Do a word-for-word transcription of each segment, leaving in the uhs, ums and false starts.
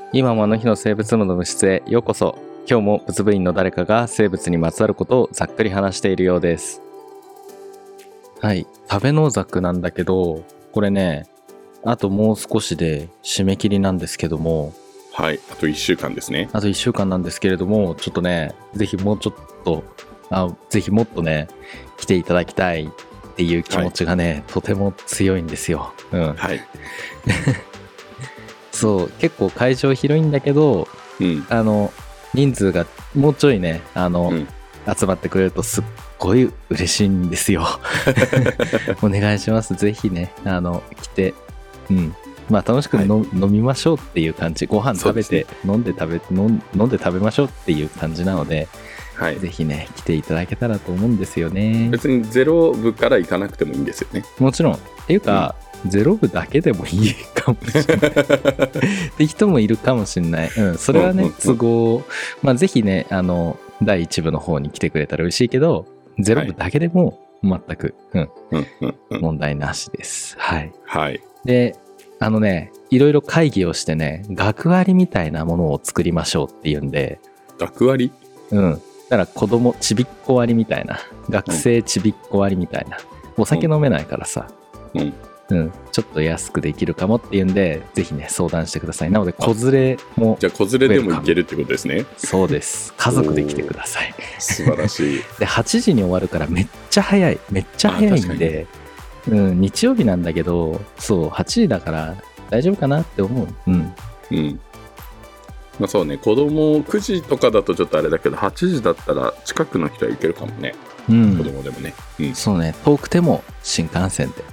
今もあの日の生物部の部室へようこそ。今日も物部員の誰かが生物にまつわることをざっくり話しているようです。はい、食べ農作なんだけど、これね、あともう少しで締め切りなんですけども、 はい、あといっしゅうかんですね。 あといっしゅうかんなんですけれども、ちょっとね、ぜひもうちょっとあぜひもっとね来ていただきたいっていう気持ちがね、はい、とても強いんですよ。うん、はいそう結構会場広いんだけど、うん、あの人数がもうちょいねあの、うん、集まってくれるとすっごい嬉しいんですよお願いします。ぜひねあの来て、うんまあ、楽しく、はい、飲みましょうっていう感じ。ご飯食べて、ね、飲んで食べ飲ん飲んで食べましょうっていう感じなので、はい、ぜひね来ていただけたらと思うんですよね。 別にゼロ部から行かなくてもいいんですよね。 もちろんっていうか、うん、ゼロ部だけでもいいかもしれないって人もいるかもしれない、うん、それはね、うんうんうん、都合、まあ、ぜひねあのだいいち部の方に来てくれたら嬉しいけど、ゼロ部だけでも全く、はいうんうんうんうん、問題なしです。はい、はい、であのねいろいろ会議をしてね学割みたいなものを作りましょうっていうんで。 学割？ うんだから子供ちびっこ割みたいな、学生ちびっこ割みたいな、お酒飲めないからさ、うんうん、ちょっと安くできるかもっていうんで、ぜひね相談してください。なので子連れも、 じゃあ子連れでも行けるってことですね。 そうです。家族で来てください。 素晴らしい。 ではちじに終わるからめっちゃ早いめっちゃ早いんで、うん、日曜日なんだけど、そうはちじだから大丈夫かなって思う。うんうんまあ、そうね、子供くじとかだとちょっとあれだけど、はちじだったら近くの人は行けるかもね、うん、子供でもね、 うん、そうね、遠くても新幹線で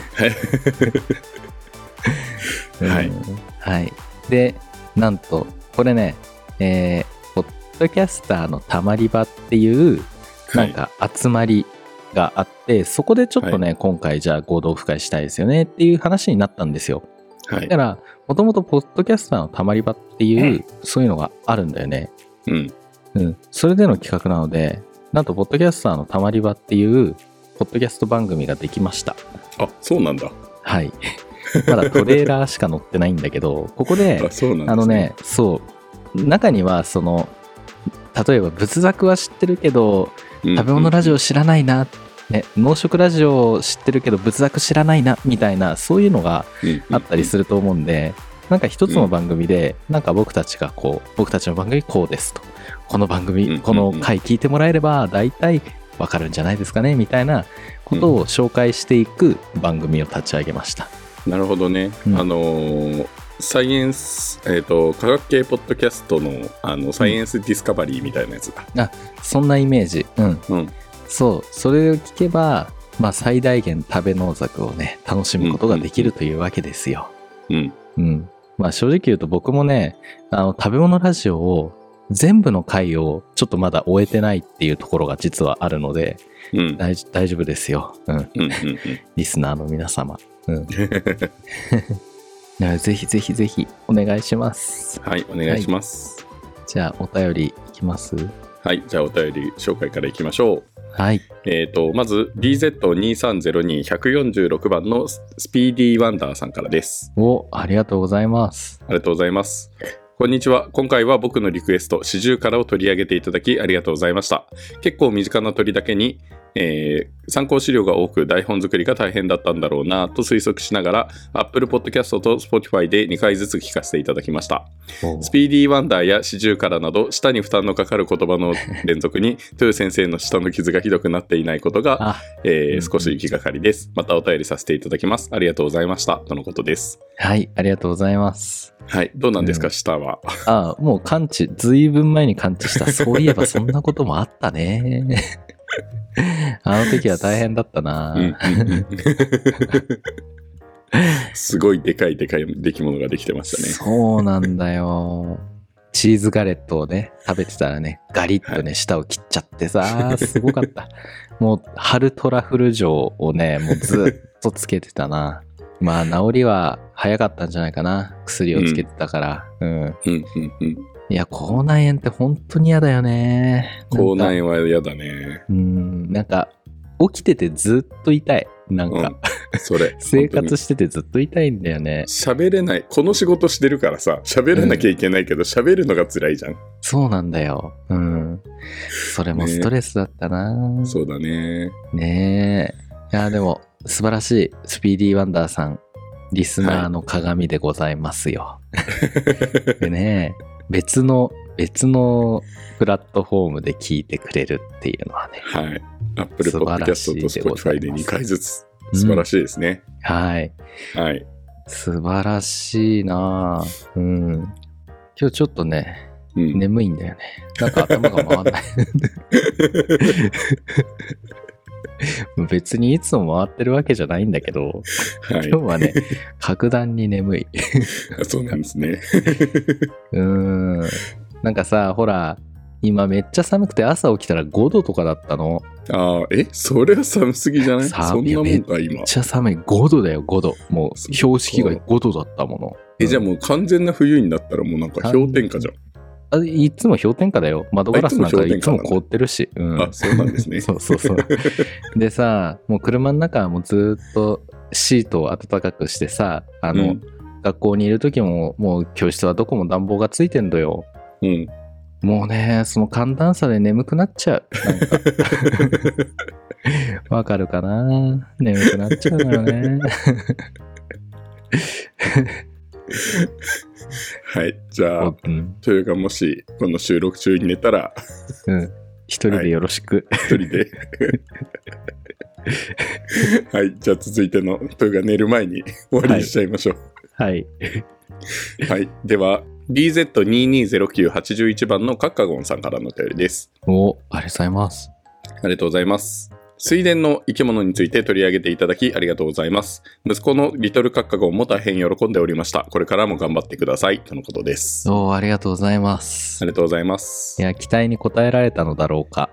はい、はい、でなんとこれね、えー、ポッドキャスターのたまり場っていうなんか集まりがあって、はい、そこでちょっとね、はい、今回じゃあ合同オフ会したいですよねっていう話になったんですよ。はい、だからもともとポッドキャスターのたまり場っていう、うん、そういうのがあるんだよね。うん、うん。それでの企画なので、なんとポッドキャスターのたまり場っていうポッドキャスト番組ができました。 あ、そうなんだ。 はい。まだトレーラーしか載ってないんだけど、ここであ、そうなんですね、あのね、そう中にはその例えば仏作は知ってるけど、うん、食べ物ラジオ知らないな。ね、農食ラジオ知ってるけど仏作知らないなみたいな、そういうのがあったりすると思うんで、なんか一つの番組でなんか僕たちがこう僕たちの番組こうですと、この番組この回聞いてもらえれば大体わかるんじゃないですかねみたいなことを紹介していく番組を立ち上げました。 なるほどね、うん、あのー、サイエンス、えーと、科学系ポッドキャスト の, あのサイエンスディスカバリーみたいなやつだ、 うん、あそんなイメージ。うん、うんそうそれを聞けば、まあ、最大限食べ農作をね楽しむことができるというわけですよ。うんうんまあ、正直言うと僕もねあの食べ物ラジオを全部の回をちょっとまだ終えてないっていうところが実はあるので、うん、大, 大丈夫ですよ、うんうんうんうん、リスナーの皆様、うん、ぜひぜひぜひお願いします。 はいお願いします、 はい、じゃあお便りいきます。 はいじゃあお便り紹介からいきましょう。 はい、 えーとまず ディーゼットにさんゼロにいちよんろく 番のスピーディーワンダーさんからです。 おありがとうございます。 ありがとうございます。こんにちは。今回は僕のリクエストシジュウカラを取り上げていただきありがとうございました。結構身近な鳥だけに、えー、参考資料が多く台本作りが大変だったんだろうなと推測しながら Apple Podcast と Spotify でにかいずつ聞かせていただきました。スピーディーワンダーやシジュウカラなど舌に負担のかかる言葉の連続にトゥー先生の舌の傷がひどくなっていないことが、えー、少し気がかりです。またお便りさせていただきます。ありがとうございましたとのことです。 はいありがとうございます。 はいどうなんですか、うん、舌は。 ああもう完治ずいぶん前に完治した。そういえばそんなこともあったねあの時は大変だったな、うんうんうん、 すごいでかいでかい出来物ができてましたね。 そうなんだよ。チーズガレットをね食べてたらねガリッとね、はい、舌を切っちゃってさすごかったもう春トラフル錠をねもうずっとつけてたなまあ治りは早かったんじゃないかな、薬をつけてたから。うん、うんうんうんいや口内炎って本当に嫌だよね。 口内炎は嫌だね。 うんなんか起きててずっと痛い。 なんか、 うん、それ生活しててずっと痛いんだよね。 喋れない。この仕事してるからさ、喋らなきゃいけないけど喋、うん、るのが辛いじゃん。 そうなんだよ。うん。それもストレスだったな、 ね、そうだね。 ねえ。いやでも素晴らしい。スピーディーワンダーさん、リスナーの鏡でございますよ。はい、でね、別の別のプラットフォームで聞いてくれるっていうのはね。 はい。Apple Podcast と Spotify でにかいずつ。素晴らしいですね。 うん、はい。 はい。 素晴らしいなぁ。うん。今日ちょっとね、うん、眠いんだよね。なんか頭が回んない。別にいつも回ってるわけじゃないんだけど、はい、今日はね、格段に眠い。 そうなんですね。 うーん。なんかさ、ほら、今めっちゃ寒くて朝起きたらごどとかだったの。 ああ、えそれは寒すぎじゃない？そんなもんか今。 めっちゃ寒い。ごどだよ、ごど。もう標識がごどだったもの。 え、うん、じゃあもう完全な冬になったらもうなんか氷点下じゃん。 あ、いつも氷点下だよ。窓ガラスなんかいつも凍ってるし。 うん、あ、そうなんですね。 そうそうそう。でさ、もう車の中はもうずっとシートを暖かくしてさ、あの、うん、学校にいる時ももう教室はどこも暖房がついてんだよ。 うん。 もうね、その寒暖差で眠くなっちゃう。なんかわかるかな？眠くなっちゃうのよね。 はい。じゃあ、うん、というかもしこの収録中に寝たら、 うん、一人でよろしく。 はい、一人で。はい。じゃあ続いてのというか寝る前に終わりにしちゃいましょう。 はい。 はい、はい。では。ビーゼットにーにーゼロきゅうはちいち 番のカッカゴンさんからのお便りです。 お、ありがとうございます。 ありがとうございます。水田の生き物について取り上げていただきありがとうございます。息子のリトルカッカゴンも大変喜んでおりました。これからも頑張ってくださいとのことです。 お、ありがとうございます。 ありがとうございます。 いや、期待に応えられたのだろうか。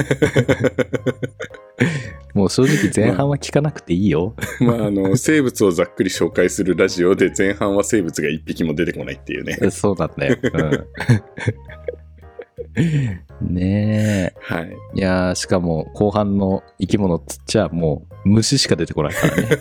もう正直前半は聞かなくていいよ。 まあ、まあ、あの生物をざっくり紹介するラジオで前半は生物が一匹も出てこないっていうね。 そうなんだよ。うん、ねえ。 はい。 いやしかも後半の生き物っつっちゃもう虫しか出てこないからね。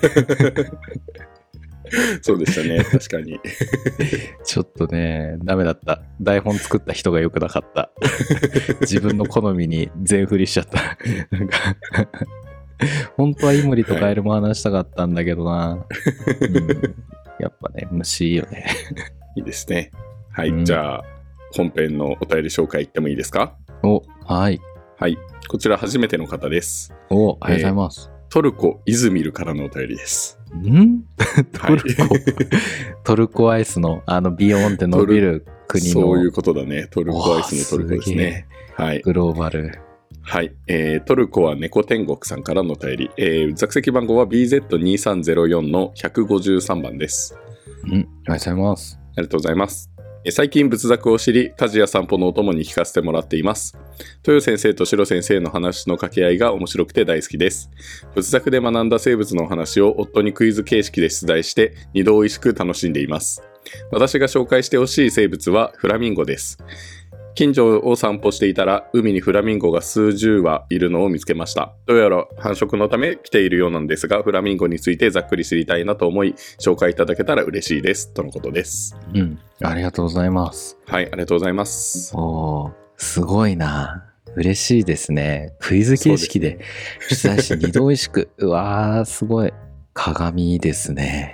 そうでしたね。確かに。 ちょっとね、ダメだった。台本作った人が良くなかった。自分の好みに全振りしちゃった。なんか本当はイモリとカエルも話したかったんだけどな。うん、やっぱね、虫いいよね。 いいですね。はい、うん、じゃあ本編のお便り紹介いってもいいですか？ お、はい。 はい。こちら初めての方です。 お、ありがとうございます。 えートルコ・イズミルからのお便りです。 んトルコ、はい、トルコアイスのあのビヨーンって伸びる国の。 そういうことだね。トルコアイスのトルコですね。はい。 グローバル。 はい、えー。トルコは猫天国さんからのお便り。えー、座席番号は ビーゼットにーさんゼロよん のひゃくごじゅうさんばんです。 うん、ありがとうございます。 ありがとうございます。最近仏作を知り、家事や散歩のお供に聞かせてもらっています。豊先生とシロ先生の話の掛け合いが面白くて大好きです。仏作で学んだ生物のお話を夫にクイズ形式で出題して二度美味しく楽しんでいます。私が紹介してほしい生物はフラミンゴです。近所を散歩していたら海にフラミンゴが数十羽いるのを見つけました。どうやら繁殖のため来ているようなんですが、フラミンゴについてざっくり知りたいなと思い紹介いただけたら嬉しいですとのことです。 うん、ありがとうございます。 はい、ありがとうございます。 おー、すごいな。嬉しいですね。クイズ形式で出題して二度美味しく。うわー、すごい。鏡ですね。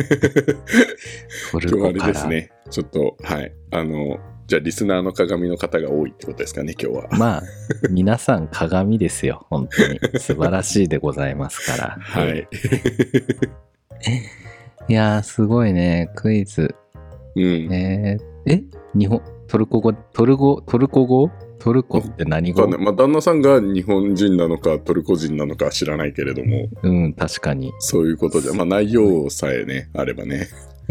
トルコから。 今日はあれですね。ちょっとはいあの。じゃあリスナーの鏡の方が多いってことですかね今日は。 まあ皆さん鏡ですよ本当に素晴らしいでございますから。 はい。 いやーすごいねクイズ。 うん。 えー、え日本トルコ語トルコトルコ語トルコって何語？ まあ旦那さんが日本人なのかトルコ人なのか知らないけれども。 うん確かに。 そういうことでまあ内容さえねあればね。 うん。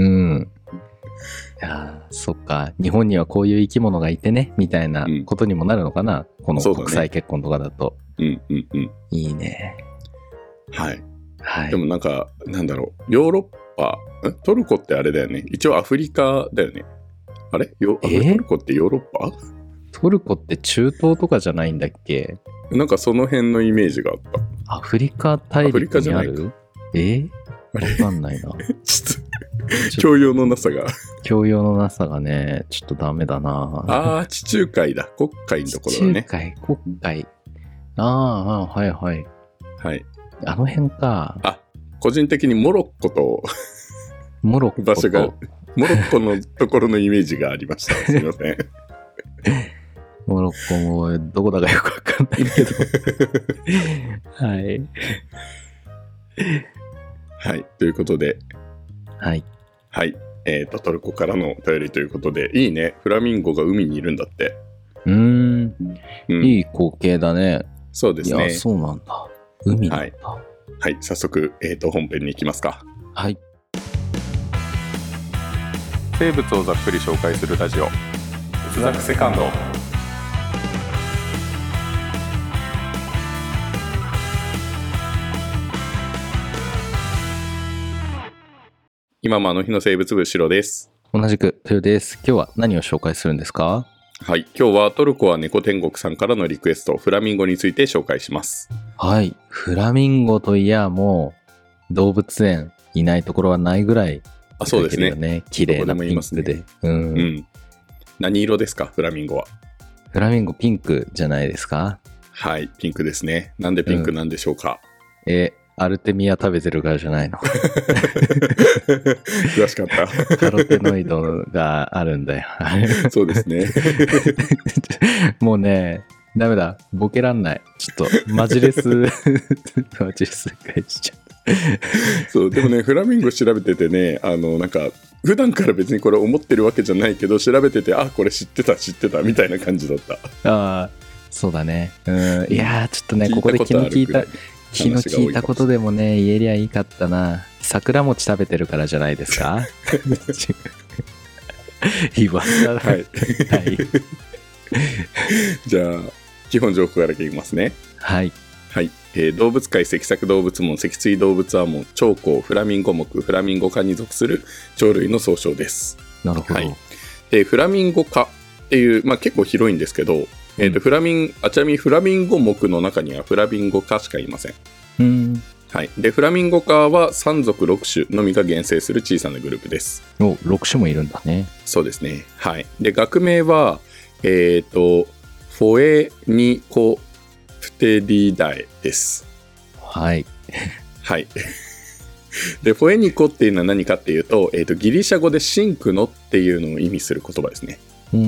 いやそっか日本にはこういう生き物がいてねみたいなことにもなるのかな、うん、この国際結婚とかだと。 うんうんうん。 いいね。 はい。 はい。 でもなんかなんだろうヨーロッパトルコってあれだよね一応アフリカだよねあれよトルコってヨーロッパ？ トルコって中東とかじゃないんだっけ？ なんかその辺のイメージがあった。 アフリカ大陸にある？えー、わかんないな。 ちょっと、教養のなさが。 教養のなさがね、ちょっとダメだな。 ああ、地中海だ。黒海のところだね。 地中海、黒海。ああ、はいはい。 はい。 あの辺か。 あ、個人的にモロッコと、 モロッコ場所が、モロッコのところのイメージがありました。すみません。 モロッコもどこだかよくわかんないけど。はい。 はい。ということで。 はい。 はい。えっと、トルコからのお便りということで、いいね。フラミンゴが海にいるんだって。 うーん。うん、いい光景だね。 そうですね。 いや、そうなんだ。海なんだ。はい。 はい、早速、えっと、本編に行きますか。 はい。 生物をざっくり紹介するラジオ。哲学セカンド。今もあの日の生物部白です。 同じく豊です。今日は何を紹介するんですか？ はい、今日はトルコは猫天国さんからのリクエスト、フラミンゴについて紹介します。 はい、フラミンゴといやもう動物園いないところはないぐらい、ね、 あ、そうですね。 綺麗なピンクで、ね、うん、うん。 何色ですか、フラミンゴは？ フラミンゴピンクじゃないですか？ はい、ピンクですね。なんでピンクなんでしょうか？ うん、えアルテミア食べてるからじゃないの？ 詳しかった。 カロテノイドがあるんだよ。 そうですね。 もうね、ダメだ。ボケらんない。ちょっと、マジレス、マジレス返しちゃった。 そう、でもね、フラミンゴ調べててね、あの、なんか、普段から別にこれ思ってるわけじゃないけど、調べてて、あ、これ知ってた、知ってた、みたいな感じだった。 ああ、そうだね。うん。いやー、ちょっとね、ここで気の利いた、気の利いたことでもね、言えりゃいいかったな。桜餅食べてるからじゃないですか？今更、はい。はい。 じゃあ、基本情報からいきますね。 はい。 はい。えー、動物界脊索動物門、脊椎動物アーモン、長江、フラミンゴ目、フラミンゴ科に属する鳥類の総称です。 なるほど。はい。 えー、フラミンゴ科っていう、まあ結構広いんですけど、えーと、フラミン、あちなみにフラミンゴ目の中にはフラミンゴ科しかいません。 うん。 はい。で、フラミンゴ科はさん属ろく種のみが原生する小さなグループです。 お、ろく種もいるんだね。 そうですね。はい。で、学名は、えっと、フォエニコプテリダエです。 はい。 はい。で、フォエニコっていうのは何かっていうと、えっと、ギリシャ語でシンクのっていうのを意味する言葉ですね。 うん。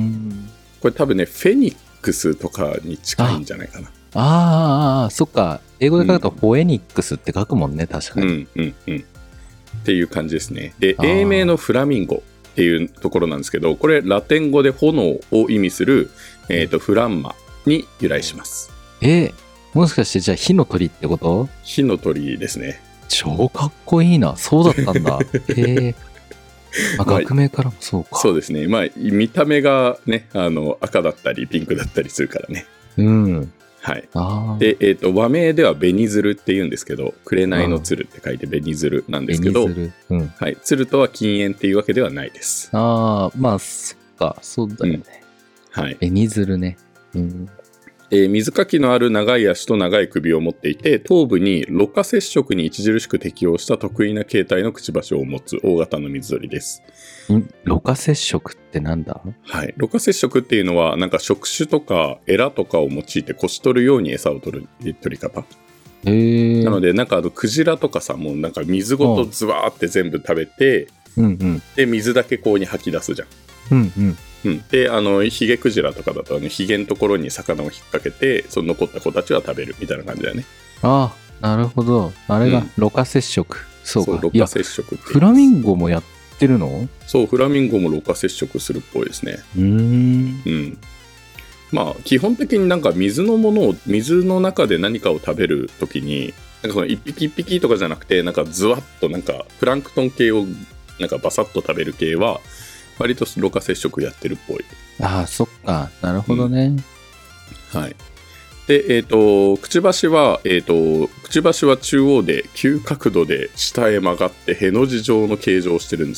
これ多分ね、フェニックスとかに近いんじゃないかな。 ああ、そっか。英語で書くとフォエニックスって書くもんね、確かに。 うんうんうん。っていう感じですね。で、英名のフラミンゴっていうところなんですけど、これラテン語で炎を意味する、えーと、フランマに由来します。 えー、もしかしてじゃあ火の鳥ってこと？ 火の鳥ですね。 超かっこいいな。そうだったんだ。へえ。あ、学名からもそうか。 そうですね。まあ見た目がね、あの赤だったりピンクだったりするからね。 うん。 はい。あで、えっと和名では紅鶴って言うんですけど、紅の鶴って書いて紅鶴なんですけど、 紅鶴、うん、 はい。鶴とは禁煙っていうわけではないです。 ああ、まあそっか、そうだよね。 うん、はい。 紅鶴ね。うん。 えー、水かきのある長い足と長い首を持っていて、頭部にろ過接触に著しく適応した得意な形態のくちばしを持つ大型の水鳥です。 んろ過接触ってなんだ？ はい。ろ過接触っていうのは、なんか触手とかエラとかを用いてこし取るように餌を取る取り方。 へー。 なので、なんかあのクジラとかさ、もうなんか水ごとズワーって全部食べて、 うんうん、 で、水だけこうに吐き出すじゃん。 うんうん。 うん、で、あのヒゲクジラとかだとあのヒゲのところに魚を引っ掛けて、その残った子たちは食べるみたいな感じだよね。 ああ、なるほど。あれがろ過接触、うん、そうか。 そう、ろ過接触ってフラミンゴもやってるの？ そう、フラミンゴもろ過接触するっぽいですね。 うーん。 うん。まあ基本的になんか水のものを水の中で何かを食べるときに、なんかその一匹一匹とかじゃなくて、なんかズワッとなんかプランクトン系をなんかバサッと食べる系は。割とろ過接触やってるっぽい。 ああ、そっか。なるほどね。 うん、はい。で、えっと、くちばしは、えっと、くちばしは中央で急角度で下へ曲がってへの字状の形状をしてるんですよ。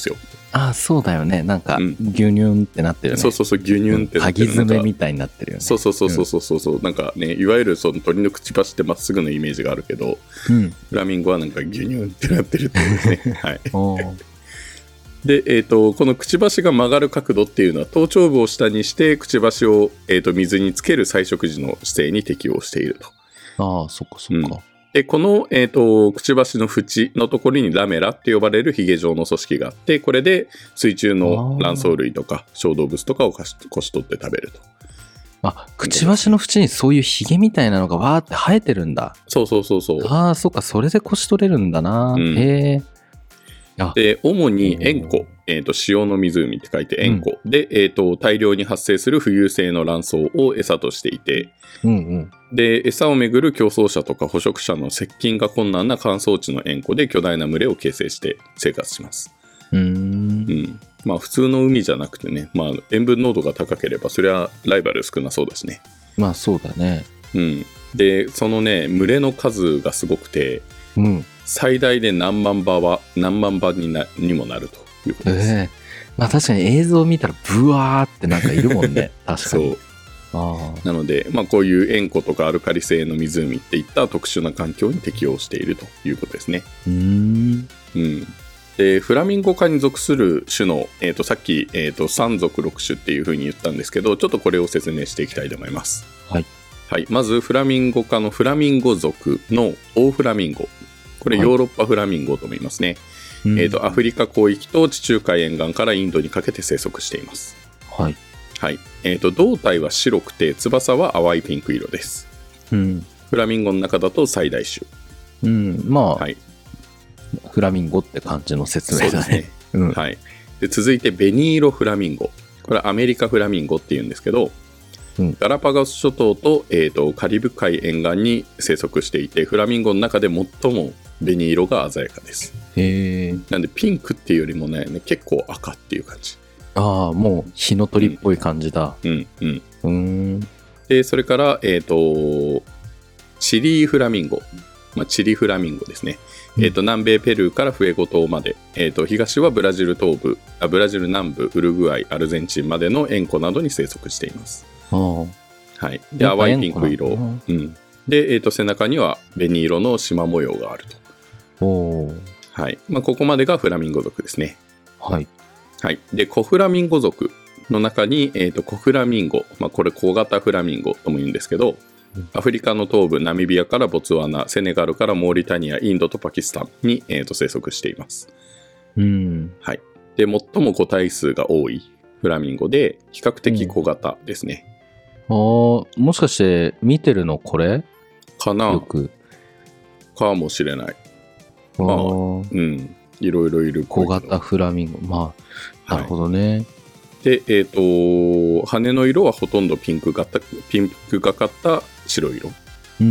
あ、そうだよね。なんか、牛乳ってなってるよね。 そうそうそう、牛乳ってなってる。 鍵爪みたいになってるよね。 そうそうそうそうそうそう、うん、なんかね、いわゆるその鳥のくちばしってまっすぐのイメージがあるけど、うん、フラミンゴはなんか牛乳ってなってるっていうね。はい。で、えーと、このくちばしが曲がる角度っていうのは頭頂部を下にしてくちばしを、えーと、水につける採食時の姿勢に適応していると。 ああ、そっかそっか。うん、 でこの、えーと、くちばしの縁のところにラメラって呼ばれるヒゲ状の組織があって、これで水中の卵巣類とか小動物とかをこし取って食べると。 あ、くちばしの縁にそういうヒゲみたいなのがわーって生えてるんだ。 そうそうそうそう。 ああ、そっか、それでこし取れるんだな。うん、へえ。 で主に塩湖、えーと、塩の湖って書いて塩湖、うん、で、えーと、大量に発生する浮遊性の卵巣を餌としていて、うんうん、で餌をめぐる競争者とか捕食者の接近が困難な乾燥地の塩湖で巨大な群れを形成して生活します。うーん、うん、まあ普通の海じゃなくてね、まあ、塩分濃度が高ければそれはライバル少なそうだしね。 まあそうだね、 うん、でそのね群れの数がすごくて、うん、最大で何万羽は何万羽 に, なにもなるということです。 えー、まあ確かに映像を見たらブワーってなんかいるもんね。確かに。 そう。あなので、まあ、こういう塩湖とかアルカリ性の湖っていった特殊な環境に適応しているということですね。うーん、うん、でフラミンゴ科に属する種の、えー、とさっき、えー、とさん属ろく種っていうふうに言ったんですけど、ちょっとこれを説明していきたいと思います。はい、はい、まずフラミンゴ科のフラミンゴ属のオオフラミンゴ、これヨーロッパフラミンゴとも言いますね。はい、えー、とアフリカ広域と地中海沿岸からインドにかけて生息しています。はい、はい、えー、と胴体は白くて翼は淡いピンク色です。うん、フラミンゴの中だと最大種。 うん、まあ、はい、フラミンゴって感じの説明だね。そうですね。 うん、はい、で続いてベニイロフラミンゴ、これはアメリカフラミンゴっていうんですけど、うん、ガラパゴス諸島 と,、えー、とカリブ海沿岸に生息していて、フラミンゴの中で最も紅色が鮮やかです。へー。なんでピンクっていうよりも ね, ね結構赤っていう感じ。 ああ、もう火の鳥っぽい感じだ。うんうんうん。うーん。でそれから、えー、とチリフラミンゴ、まあ、チリフラミンゴですね。うん、えー、と南米ペルーからフエゴ島まで、えー、と東はブラジル東部あブラジル南部ウルグアイアルゼンチンまでの塩湖などに生息しています。はい、で淡いピンク色、うん、で、えー、と背中には紅色の縞模様があると。お、はい、まあ、ここまでがフラミンゴ属ですね。はい、はい、でコフラミンゴ属の中に、えー、とコフラミンゴ、まあ、これ小型フラミンゴとも言うんですけど、アフリカの東部ナミビアからボツワナ、セネガルからモーリタニア、インドとパキスタンに、えー、と生息しています。うん、はい、で最も個体数が多いフラミンゴで比較的小型ですね。 うん、あ、もしかして見てるのこれかな、よくかもしれない。あ、まあ、うん、いろいろいる。 小型フラミンゴ、まあ、なるほどね。はい、 で、えっ、ー、と羽の色はほとんどピンクがかピンクがかった白色。うん、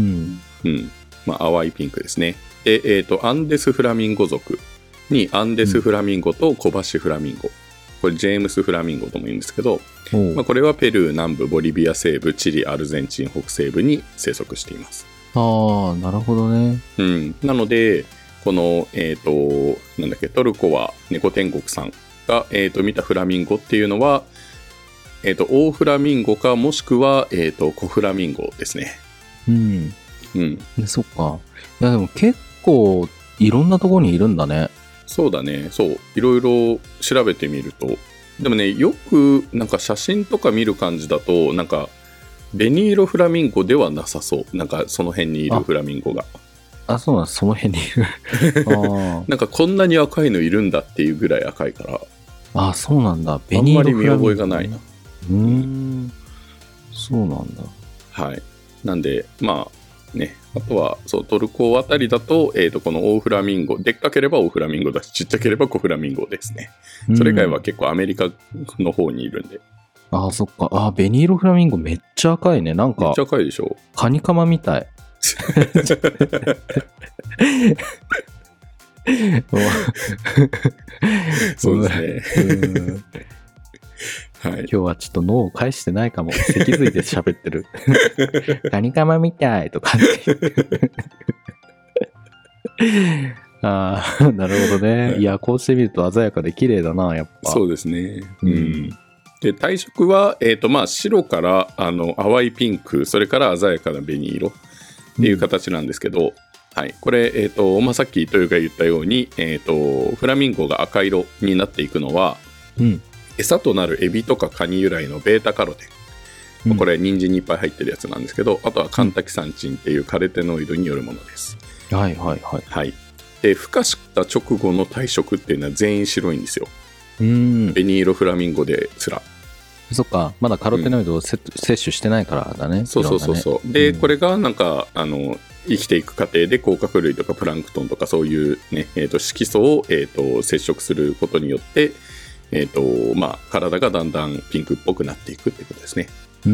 うん、まあ淡いピンクですね。で、えっ、ー、とアンデスフラミンゴ属にアンデスフラミンゴとコバシフラミンゴ、これジェームスフラミンゴとも言うんですけど、まあ、これはペルー南部、ボリビア西部、チリ、アルゼンチン北西部に生息しています。 ああ、なるほどね。 うん、なのでこの、えーと、なんだっけ、トルコは猫天国さんが、えーと、見たフラミンゴっていうのは、えーと、オオフラミンゴかもしくは、えーと、コフラミンゴですね。うん、 うん、でそっか。いやでも結構いろんなところにいるんだね。 そうだね。そう、いろいろ調べてみると、でもね、よくなんか写真とか見る感じだと、なんかベニイロフラミンゴではなさそう。なんかその辺にいるフラミンゴが。 あ、そうなん、その辺にいる。 あ、なんかこんなに赤いのいるんだっていうぐらい赤いから。 あ、そうなんだ。 ベニイロフラミンゴあんまり見覚えがないな。 うーん、そうなんだ。 はい。なんでまあね、あとはそうトルコあたりだと、えーとこのオオフラミンゴ、でっかければオオフラミンゴだし、ちっちゃければコフラミンゴですね。それ以外は結構アメリカの方にいるんで。 ああ、そっか。ああ、ベニイロフラミンゴめっちゃ赤いね。なんかめっちゃ赤いでしょ。 カニカマみたい。 そうですね。うんはい、今日はちょっと脳を返してないかも。脊髄で喋ってる。カニカマみたいとかって。 ああ、なるほどね。いや、こうしてみると鮮やかで綺麗だな、やっぱ。 そうですね。うん。うん、で、体色は、えっと、まあ、白から、あの、淡いピンク、それから鮮やかな紅色っていう形なんですけど、うん、はい。これ、えっと、まあ、さっき豊が言ったように、えっと、フラミンゴが赤色になっていくのは、うん、餌となるエビとかカニ由来のベータカロテン。うん、これ、人参にいっぱい入ってるやつなんですけど、あとはカンタキサンチンっていうカレテノイドによるものです。 はいはいはい。 はい。で、孵化した直後の体色っていうのは全員白いんですよ。 うん。 紅色フラミンゴですら。 そっか、まだカロテノイドを、うん、摂取してないからだね。 そうそうそうそう、ね。で、うん、これがなんか、あの、生きていく過程で甲殻類とかプランクトンとかそういうね、えーと、色素を、えーと、接触することによって、えーと、まあ、体がだんだんピンクっぽくなっていくってことですね。 うん。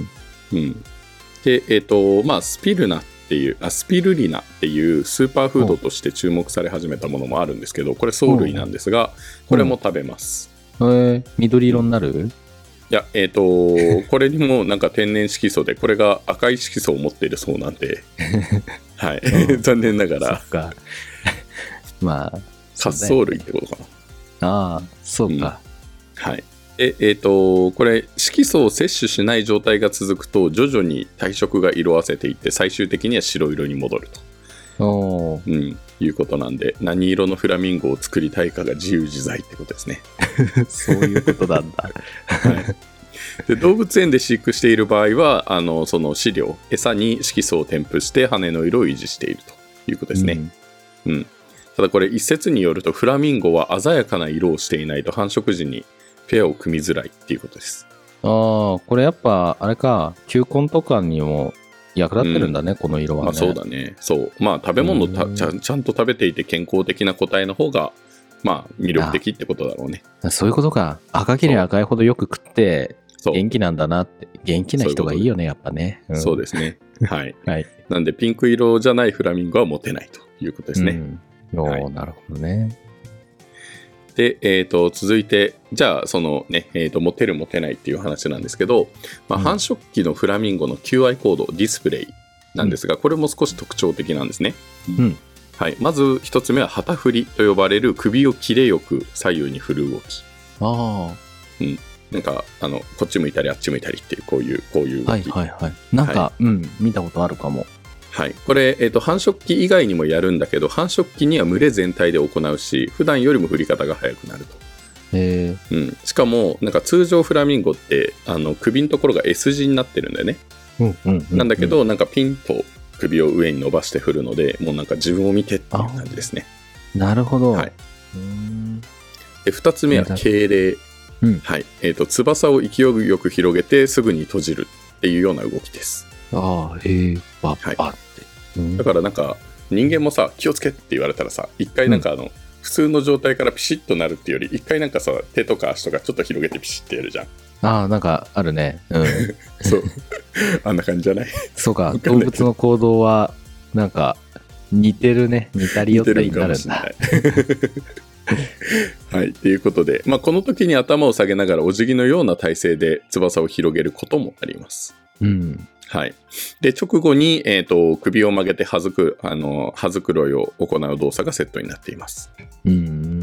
うん。で、えーと、まあ、スピルナっていうあスピルリナっていうスーパーフードとして注目され始めたものもあるんですけど、これ藻類なんですが、これも食べます。 えー、緑色になる？ いや、えっと、これにもなんか天然色素で、これが赤い色素を持っているそうなんで、はい、残念ながら。 そっか。まあ、 褐藻類ってことかな。ああ、そうか。 うん、はい。ええー、とこれ色素を摂取しない状態が続くと徐々に体色が色あせていって最終的には白色に戻ると、 おうん、いうことなんで、何色のフラミンゴを作りたいかが自由自在ってことですね。 そういうことなんだ、 はい、で動物園で飼育している場合はあのその飼料餌に色素を添付して羽の色を維持しているということですね、うんうん、ただこれ一説によるとフラミンゴは鮮やかな色をしていないと繁殖時にペアを組みづらいっていうことです。 ああ、これやっぱあれか、球根とかにも役立ってるんだね、うん、この色はね。 まあ、そうだね。そう。まあ食べ物たちゃん、ちゃんと食べていて健康的な個体の方がまあ魅力的ってことだろうね。 そういうことか。赤ければ赤いほどよく食って元気なんだなって。元気な人がいいよね、やっぱね。 うん、そうですね。はい。 はい。 なんでピンク色じゃないフラミンゴはモテないということですね。 うん、おー、はい、なるほどね。 で、えー、と続いてじゃあそのね、えー、とモテるモテないっていう話なんですけど、まあ、繁殖期のフラミンゴの キューアイ コードディスプレイなんですが、これも少し特徴的なんですね、 うんはい、まず一つ目は旗振りと呼ばれる首をキレよく左右に振る動き。 ああ、 うん、なんかあのこっち向いたりあっち向いたりっていうこういうこういう動き、 はいはいはい、なんか、はい、うん見たことあるかも。 はい、これ、えーと、繁殖期以外にもやるんだけど繁殖期には群れ全体で行うし普段よりも振り方が速くなると。 へー、 うん、しかもなんか通常フラミンゴってあの首のところが S 字になってるんだよね、 うんうんうんうん、 なんだけどなんかピンと首を上に伸ばして振るのでもうなんか自分を見てっていう感じですね。 なるほど、 はい、うーんでふたつめは敬礼、うん、はい、えーと、翼を勢いよく広げてすぐに閉じるっていうような動きです。 ああ、へえ、バッバッって、 はい、だからなんか人間もさ気をつけって言われたらさ一回なんかあの、うん、普通の状態からピシッとなるっていうより一回なんかさ手とか足とかちょっと広げてピシッてやるじゃん。 ああ、なんかあるね、うん、 そうあんな感じじゃない？ そうか、動物の行動はなんか似てるね、似たり寄ったりになるんだ。 はい、ということで、まあ、この時に頭を下げながらお辞儀のような体勢で翼を広げることもあります。 うん、 はい、で直後に、えーと、首を曲げて羽づくあの羽繕いを行う動作がセットになっています。 うん、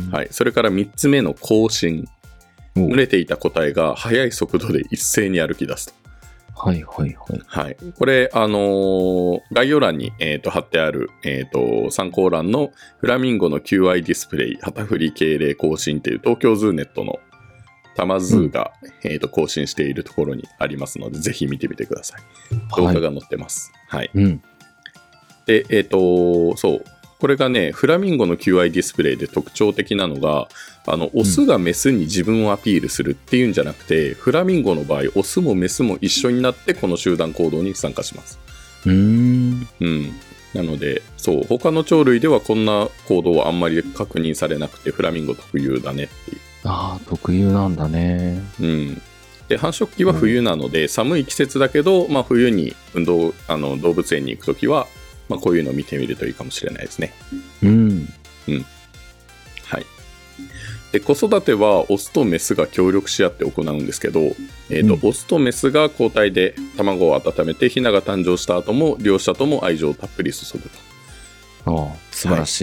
はい、それからみっつめの行進。群れていた個体が速い速度で一斉に歩き出すと。 はいはいはい。 はい、これ、あのー、概要欄に、えー、と貼ってある、えー、と参考欄のフラミンゴの キューアイ ディスプレイ旗振り敬礼更新っていう東京ズーネットのタマズーが、うんえー、と更新しているところにありますのでぜひ見てみてください。動画が載ってます。はい。はい、うん、で、えっ、ー、とそうこれがねフラミンゴの キューアイ ディスプレイで特徴的なのがあのオスがメスに自分をアピールするっていうんじゃなくて、うん、フラミンゴの場合オスもメスも一緒になってこの集団行動に参加します。 うーん、 うん、なのでそう他の鳥類ではこんな行動はあんまり確認されなくてフラミンゴ特有だねっていう。 ああ特有なんだね。 うん、で繁殖期は冬なので、うん、寒い季節だけど、まあ、冬に運動あの動物園に行くときはまあ、こういうのを見てみるといいかもしれないですね。 うん。 うん。はい。で、子育てはオスとメスが協力し合って行うんですけど、えーとうん、オスとメスが交代で卵を温めてヒナが誕生した後も両者とも愛情をたっぷり注ぐと。 ああ、素晴らしい。 は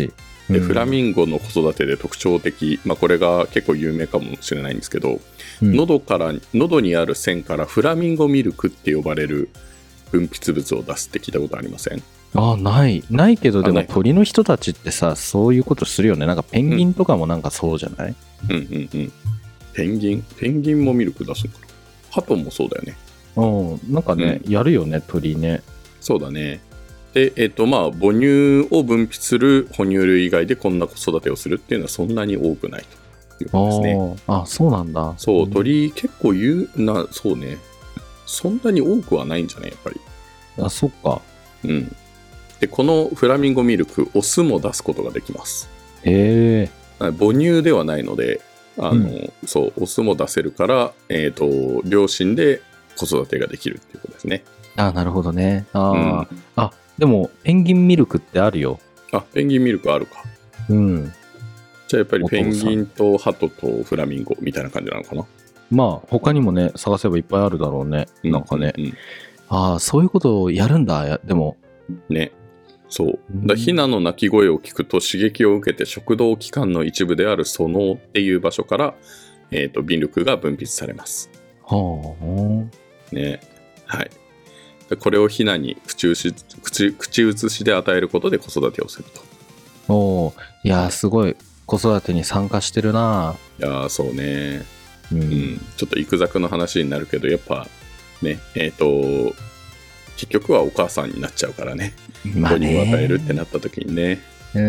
でフラミンゴの子育てで特徴的、まあ、これが結構有名かもしれないんですけど、うん、喉から喉にある腺からフラミンゴミルクって呼ばれる分泌物を出すって聞いたことありません？ あ、ないないけど、でも鳥の人たちってさ、そういうことするよね。なんかペンギンとかもなんかそうじゃない？ うんうんうん。ペンギンペンギンもミルク出すのかな。ハトもそうだよね。 うん、なんかね、うん、やるよね、鳥ね。 そうだね。で、えっとまあ母乳を分泌する哺乳類以外でこんな子育てをするっていうのはそんなに多くないということですね。 ああ、そうなんだ。 そう、鳥結構言うな、そうね。そんなに多くはないんじゃないやっぱり。 あ、そっか。 うん。で、このフラミンゴミルク、オスも出すことができます。 へえ。 母乳ではないので、あの、うん、そう、オスも出せるから、えっと、両親で子育てができるっていうことですね。 あ、なるほどね。あ、うん、あ、でもペンギンミルクってあるよ。 あ、ペンギンミルクあるか。 うん。 じゃあやっぱりペンギンとハトとフラミンゴみたいな感じなのかな。 まあ他にもね、探せばいっぱいあるだろうね。なんかね。うんうんうん、ああ、そういうことをやるんだ。でもね。そうだ、ヒナの鳴き声を聞くと刺激を受けて食道器官の一部であるそのっていう場所から、えーと、ミルクが分泌されます。 はあ。ね。はい。これをヒナに口移し、口、口移しで与えることで子育てをすると。おー、いやーすごい子育てに参加してるな。 いやーそうね、 うん、 うん。ちょっと育雑の話になるけどやっぱねえっ、ー、と結局はお母さんになっちゃうからね。 まあね、 母乳を与えるってなった時にね。 うん。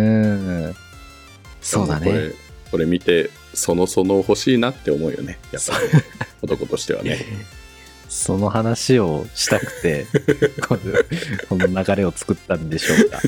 そうだね。 これ、これ見てそのその欲しいなって思うよね。やっぱり男としてはね。 その話をしたくてこの、この流れを作ったんでしょうか。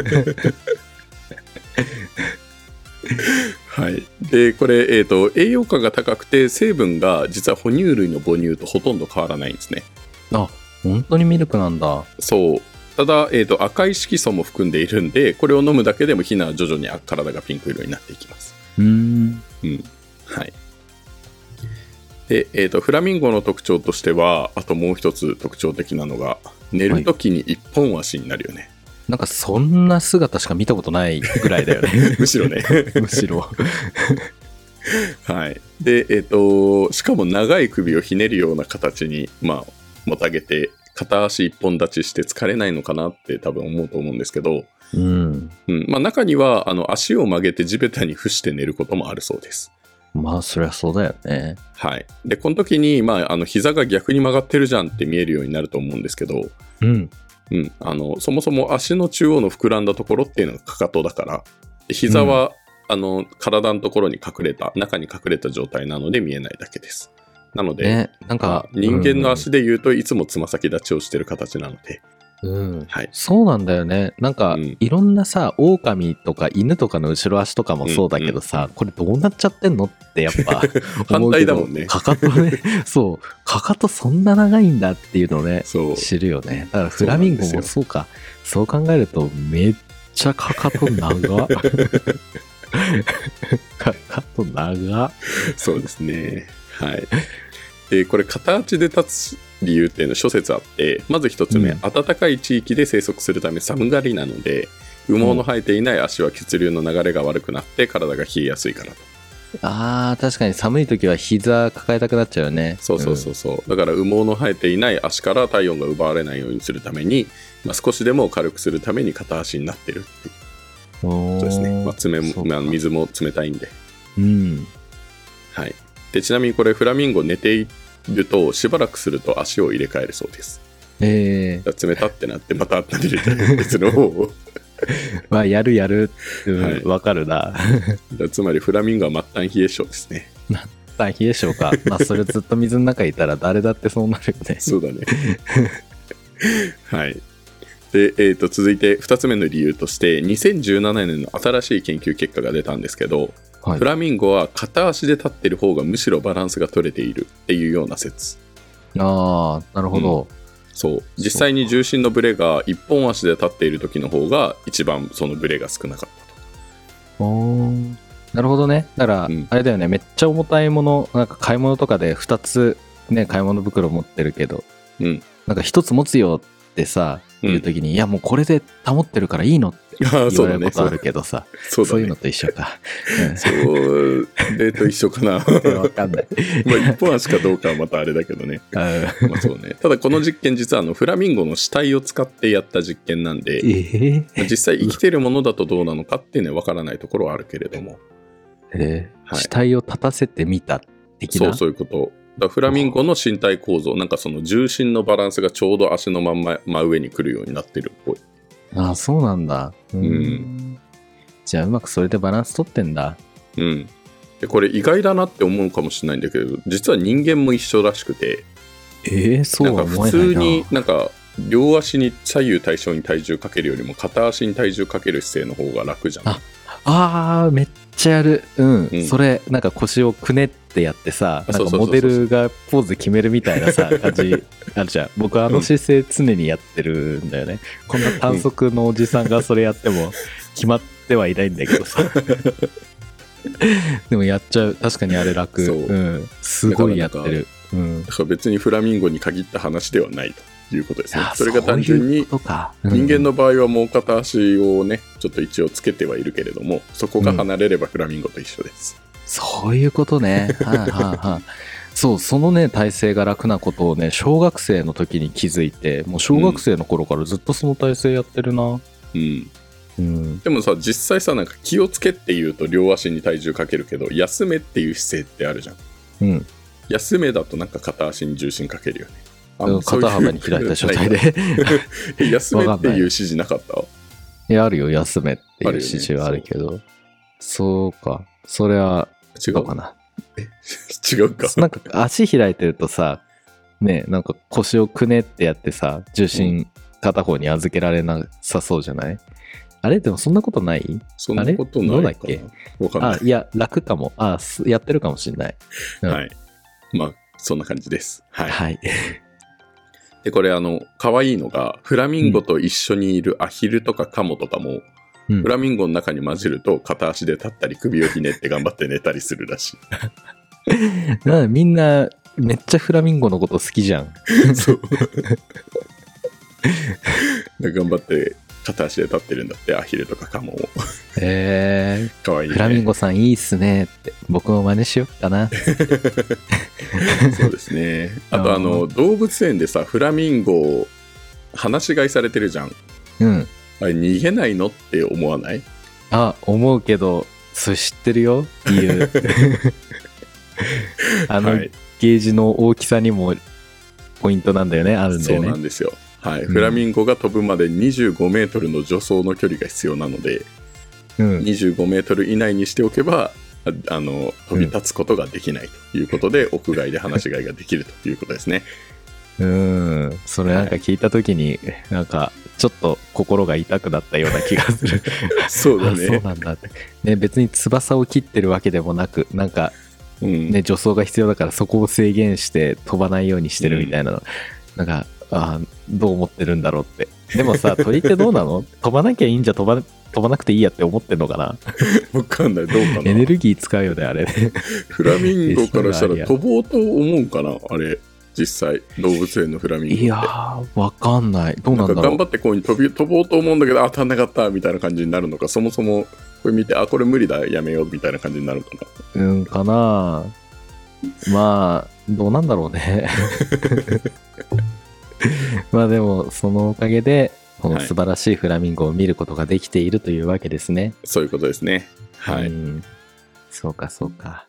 はい。でこれ、えーと、栄養価が高くて成分が実は哺乳類の母乳とほとんど変わらないんですね。 あ、本当にミルクなんだ。 そう。ただ、えーと、赤い色素も含んでいるんでこれを飲むだけでもヒナは徐々に体がピンク色になっていきます。 うーん、 うん、はい。で、えーと、フラミンゴの特徴としてはあともう一つ特徴的なのが寝るときに一本足になるよね。はい、 なんかそんな姿しか見たことないぐらいだよね。 むしろね。 むしろ。 はい。で、えっと、しかも長い首をひねるような形に、まあ、もたげて、片足一本立ちして疲れないのかなって多分思うと思うんですけど、 うんうん、まあ中にはあの足を曲げて地べたに伏して寝ることもあるそうです。 まあそりゃそうだよね。 はい。でこの時に、まあ、あの膝が逆に曲がってるじゃんって見えるようになると思うんですけど、 うんうん、あのそもそも足の中央の膨らんだところっていうのがかかとだから、膝は、うん、あの体のところに隠れた中に隠れた状態なので見えないだけです。なので、 ね、なんか人間の足で言うといつもつま先立ちをしてる形なので、 うんはい、 そうなんだよね。なんか、うん、いろんなさ狼とか犬とかの後ろ足とかもそうだけどさ、うんうん、これどうなっちゃってんのってやっぱ反対だもんね。 かかとねそうかかとそんな長いんだっていうのをね知るよね。だからフラミンゴもそうか、そう考えるとめっちゃかかと長かかと長そうですね。はい。でこれ片足で立つ理由っていうのは諸説あって、まず一つ目、うん、暖かい地域で生息するため寒がりなので羽毛の生えていない足は血流の流れが悪くなって体が冷えやすいからと。 あー確かに寒い時は膝抱えたくなっちゃうよね。 そうそうそうそう、うん、だから羽毛の生えていない足から体温が奪われないようにするために、まあ、少しでも軽くするために片足になってるっていうそうですね。まあ、爪も、まあ、水も冷たいんで、 うん、 はい。でちなみにこれフラミンゴ寝ているとしばらくすると足を入れ替えるそうです。 えー、冷たってなってまた温めるという別の方をまあやるやるって分かるな、 はい、つまりフラミンゴは末端冷え性ですね。 末端冷え性か。まあそれずっと水の中にいたら誰だってそうなるよね。 そうだね。はい。で、えー、と続いてふたつめの理由としてにせんじゅうななねんの新しい研究結果が出たんですけど、はい、フラミンゴは片足で立ってる方がむしろバランスが取れているっていうような説。 ああなるほど、 うん、そう実際に重心のブレが一本足で立っている時の方が一番そのブレが少なかったと。 おなるほどね。だから、うん、あれだよね、めっちゃ重たいものなんか買い物とかでふたつね買い物袋持ってるけど、 うん、 なんかひとつ持つよってさ言う時に、うん、いやもうこれで保ってるからいいのって言われることあるけどさ、そう、ね、そういうのと一緒か、 うん、そうでと一緒かな分かんないまあ一本足かどうかはまたあれだけどねまあそうね。ただこの実験実はあのフラミンゴの死体を使ってやった実験なんで、えー、実際生きてるものだとどうなのかっていうのは分からないところはあるけれども、 えーはい、死体を立たせてみた的な。 そうそういうこと。だフラミンゴの身体構造、なんかその重心のバランスがちょうど足のまんま真上に来るようになってるっぽい。 ああ、そうなんだ。 うん、うん、 じゃあうまくそれでバランス取ってんだ。 うん。でこれ意外だなって思うかもしれないんだけど、実は人間も一緒らしくて。 えー、そうは思えないな。 なんか普通になんか両足に左右対称に体重かけるよりも片足に体重かける姿勢の方が楽じゃん。 ああーめっちゃやる、うん、うん、それなんか腰をくねってやってさ、なんかモデルがポーズ決めるみたいなさ感じあるじゃん。僕あの姿勢常にやってるんだよね、うん、こんな短足のおじさんがそれやっても決まってはいないんだけどさでもやっちゃう。確かにあれ楽。そう、うん、すごいやってる。うん、 だから別にフラミンゴに限った話ではないということですね。それが単純に人間の場合はもう片足をねちょっと一応つけてはいるけれども、そこが離れればフラミンゴと一緒です、 うん、そういうことねはいはいはいそう、そのね体勢が楽なことをね小学生の時に気づいて、もう小学生の頃からずっとその体勢やってるな。 うんうん、でもさ実際さなんか気をつけって言うと両足に体重かけるけど、休めっていう姿勢ってあるじゃん。うん、休めだとなんか片足に重心かけるよね。 あ肩幅に開いた状態で休めっていう指示なかった？ いやあるよ、休めっていう指示はあるけど、ね、そう, そうか、それは違うかな。 え違うか。 なんか足開いてるとさね、なんか腰をくねってやってさ重心片方に預けられなさそうじゃない？うん、あれでもそんなことない？ そんなことないかな。 どうだっけ？ わかんない。 あ、いや楽かも。あ、やってるかもしれない。 うん、はい。まあそんな感じです。はい。 はい、 でこれあの可愛いのがフラミンゴと一緒にいるアヒルとかカモとかも、うん、フラミンゴの中に混じると片足で立ったり首をひねって頑張って寝たりするらしい。 なみんなめっちゃフラミンゴのこと好きじゃん。 そう頑張って片足で立ってるんだって、アヒルとかカモを。 へえー、 かわいいね。 フラミンゴさんいいっすねって僕も真似しようかな。 そうですね。あとあの動物園でさフラミンゴ放し飼いされてるじゃん。 うん。 あれ逃げないのって思わない？ あ、思うけどそれ知ってるよっていうあの、はい、ゲージの大きさにもポイントなんだよね、あるんだよね。 そうなんですよ。はい、うん、フラミンゴが飛ぶまでにじゅうごメートルの助走の距離が必要なので、うん、にじゅうごメートル以内にしておけばああの飛び立つことができないということで、うん、屋外で放し飼いができるということですね。 うーん、それなんか聞いた時に、はい、なんかちょっと心が痛くなったような気がする。 そうだね。 そうなんだって、ね、別に翼を切ってるわけでもなく、なんか、うんね、助走が必要だからそこを制限して飛ばないようにしてるみたいなの、うん、なんかあどう思ってるんだろうって。でもさ鳥ってどうなの？飛ばなきゃいいんじゃ飛ば飛ばなくていいやって思ってんのかな。 分かんない、どうかな。 エネルギー使うよねあれね。 フラミンゴからしたら飛ぼうと思うかなあれ。実際動物園のフラミンゴって。 いやーわかんない、どうなんだろう。 なんか頑張ってこうに飛び飛ぼうと思うんだけど、あ当たんなかったみたいな感じになるのか、そもそもこれ見てあこれ無理だやめようみたいな感じになるのかな。うんかな。まあどうなんだろうね。まあでもそのおかげでこの素晴らしいフラミンゴを見ることができているというわけですね。 はい、そういうことですね。はい、うん、 そうかそうか。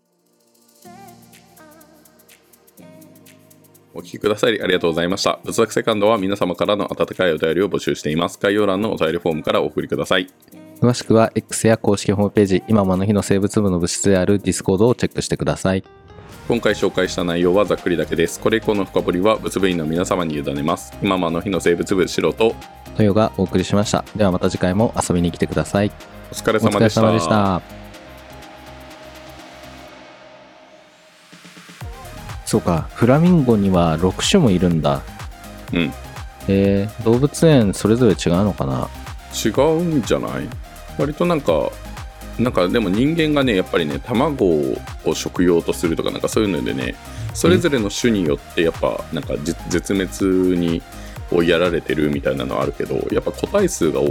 お聞きくださりありがとうございました。仏作セカンドは皆様からの温かいお便りを募集しています。概要欄のお便りフォームからお送りください。 詳しくは X や公式ホームページ、今もあの日の生物部の部室である Discord をチェックしてください。 今回紹介した内容はざっくりだけです。これ以降の深掘りは物部員の皆様に委ねます。今もあの日の生物部シロとトヨがお送りしました。ではまた次回も遊びに来てください。 お疲れ様でした。 お疲れ様でした。そうか、フラミンゴにはろく種もいるんだ。 うん。 えー、動物園それぞれ違うのかな。 違うんじゃない？割となんかなんかでも人間がねやっぱりね卵を食用とするとかなんかそういうのでね、それぞれの種によってやっぱなんか絶滅にをやられてるみたいなのはあるけど、やっぱ個体数が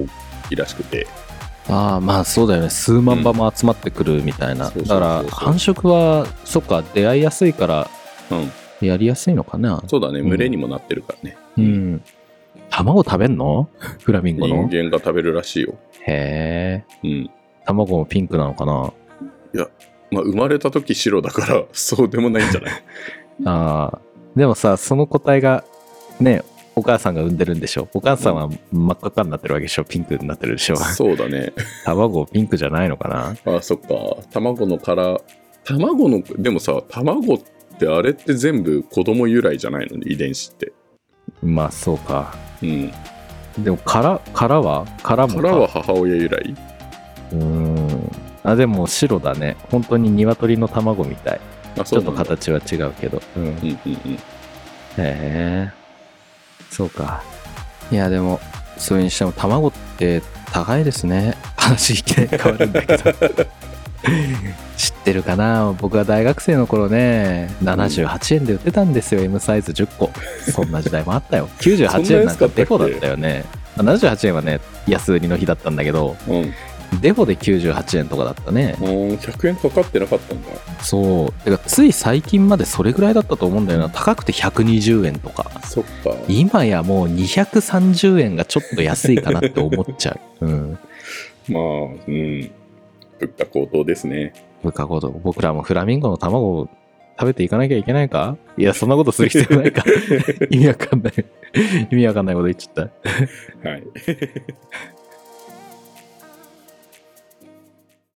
いらしくて。 ああ、まあそうだよね。数万羽も集まってくるみたいな。だから繁殖はそっか、出会いやすいからやりやすいのかな。 うん、そうだね、群れにもなってるからね。 うん、うん、卵食べんの？フラミンゴの人間が食べるらしいよ。 へえ、 うん、 卵もピンクなのかな。 いや、まあ、生まれた時白だからそうでもないんじゃない？ ああ、でもさ、その個体がね、お母さんが産んでるんでしょ。お母さんは真っ赤っかになってるわけでしょ。ピンクになってるでしょ。 そうだね。 卵ピンクじゃないのかな。 あ、そっか。卵の殻、卵の、でもさ、卵ってあれって全部子供由来じゃないのね、遺伝子って。 まあそうか。 うん。 でも殻、殻は殻もか。 殻は母親由来？ うーん。あ、でも白だね。本当に鶏の卵みたい。あ、そうなんだ。ちょっと形は違うけど。うん。うんうんうん。へえ。そうか。いやでもそれにしても卵って高いですね。話いきなり変わるんだけど知ってるかな。僕は大学生の頃ねななじゅうはちえんで売ってたんですよ、うん、M サイズじゅっこ。そんな時代もあったよ。きゅうじゅうはちえんなんかデフォだったよね。ななじゅうはちえんはね安売りの日だったんだけど、うん、デフォできゅうじゅうはちえんとかだったね。 うん、ひゃくえんかかってなかったんだ。 そう。てかつい最近までそれぐらいだったと思うんだよな。高くてひゃくにじゅうえんとか。 そっか。 今やもうにひゃくさんじゅうえんがちょっと安いかなって思っちゃう。うん。 まあ、うん。物価高騰ですね。 物価高騰。僕らもフラミンゴの卵を食べていかなきゃいけないか？いや、そんなことする必要ないか。意味わかんない。意味わかんないこと言っちゃった。 はい。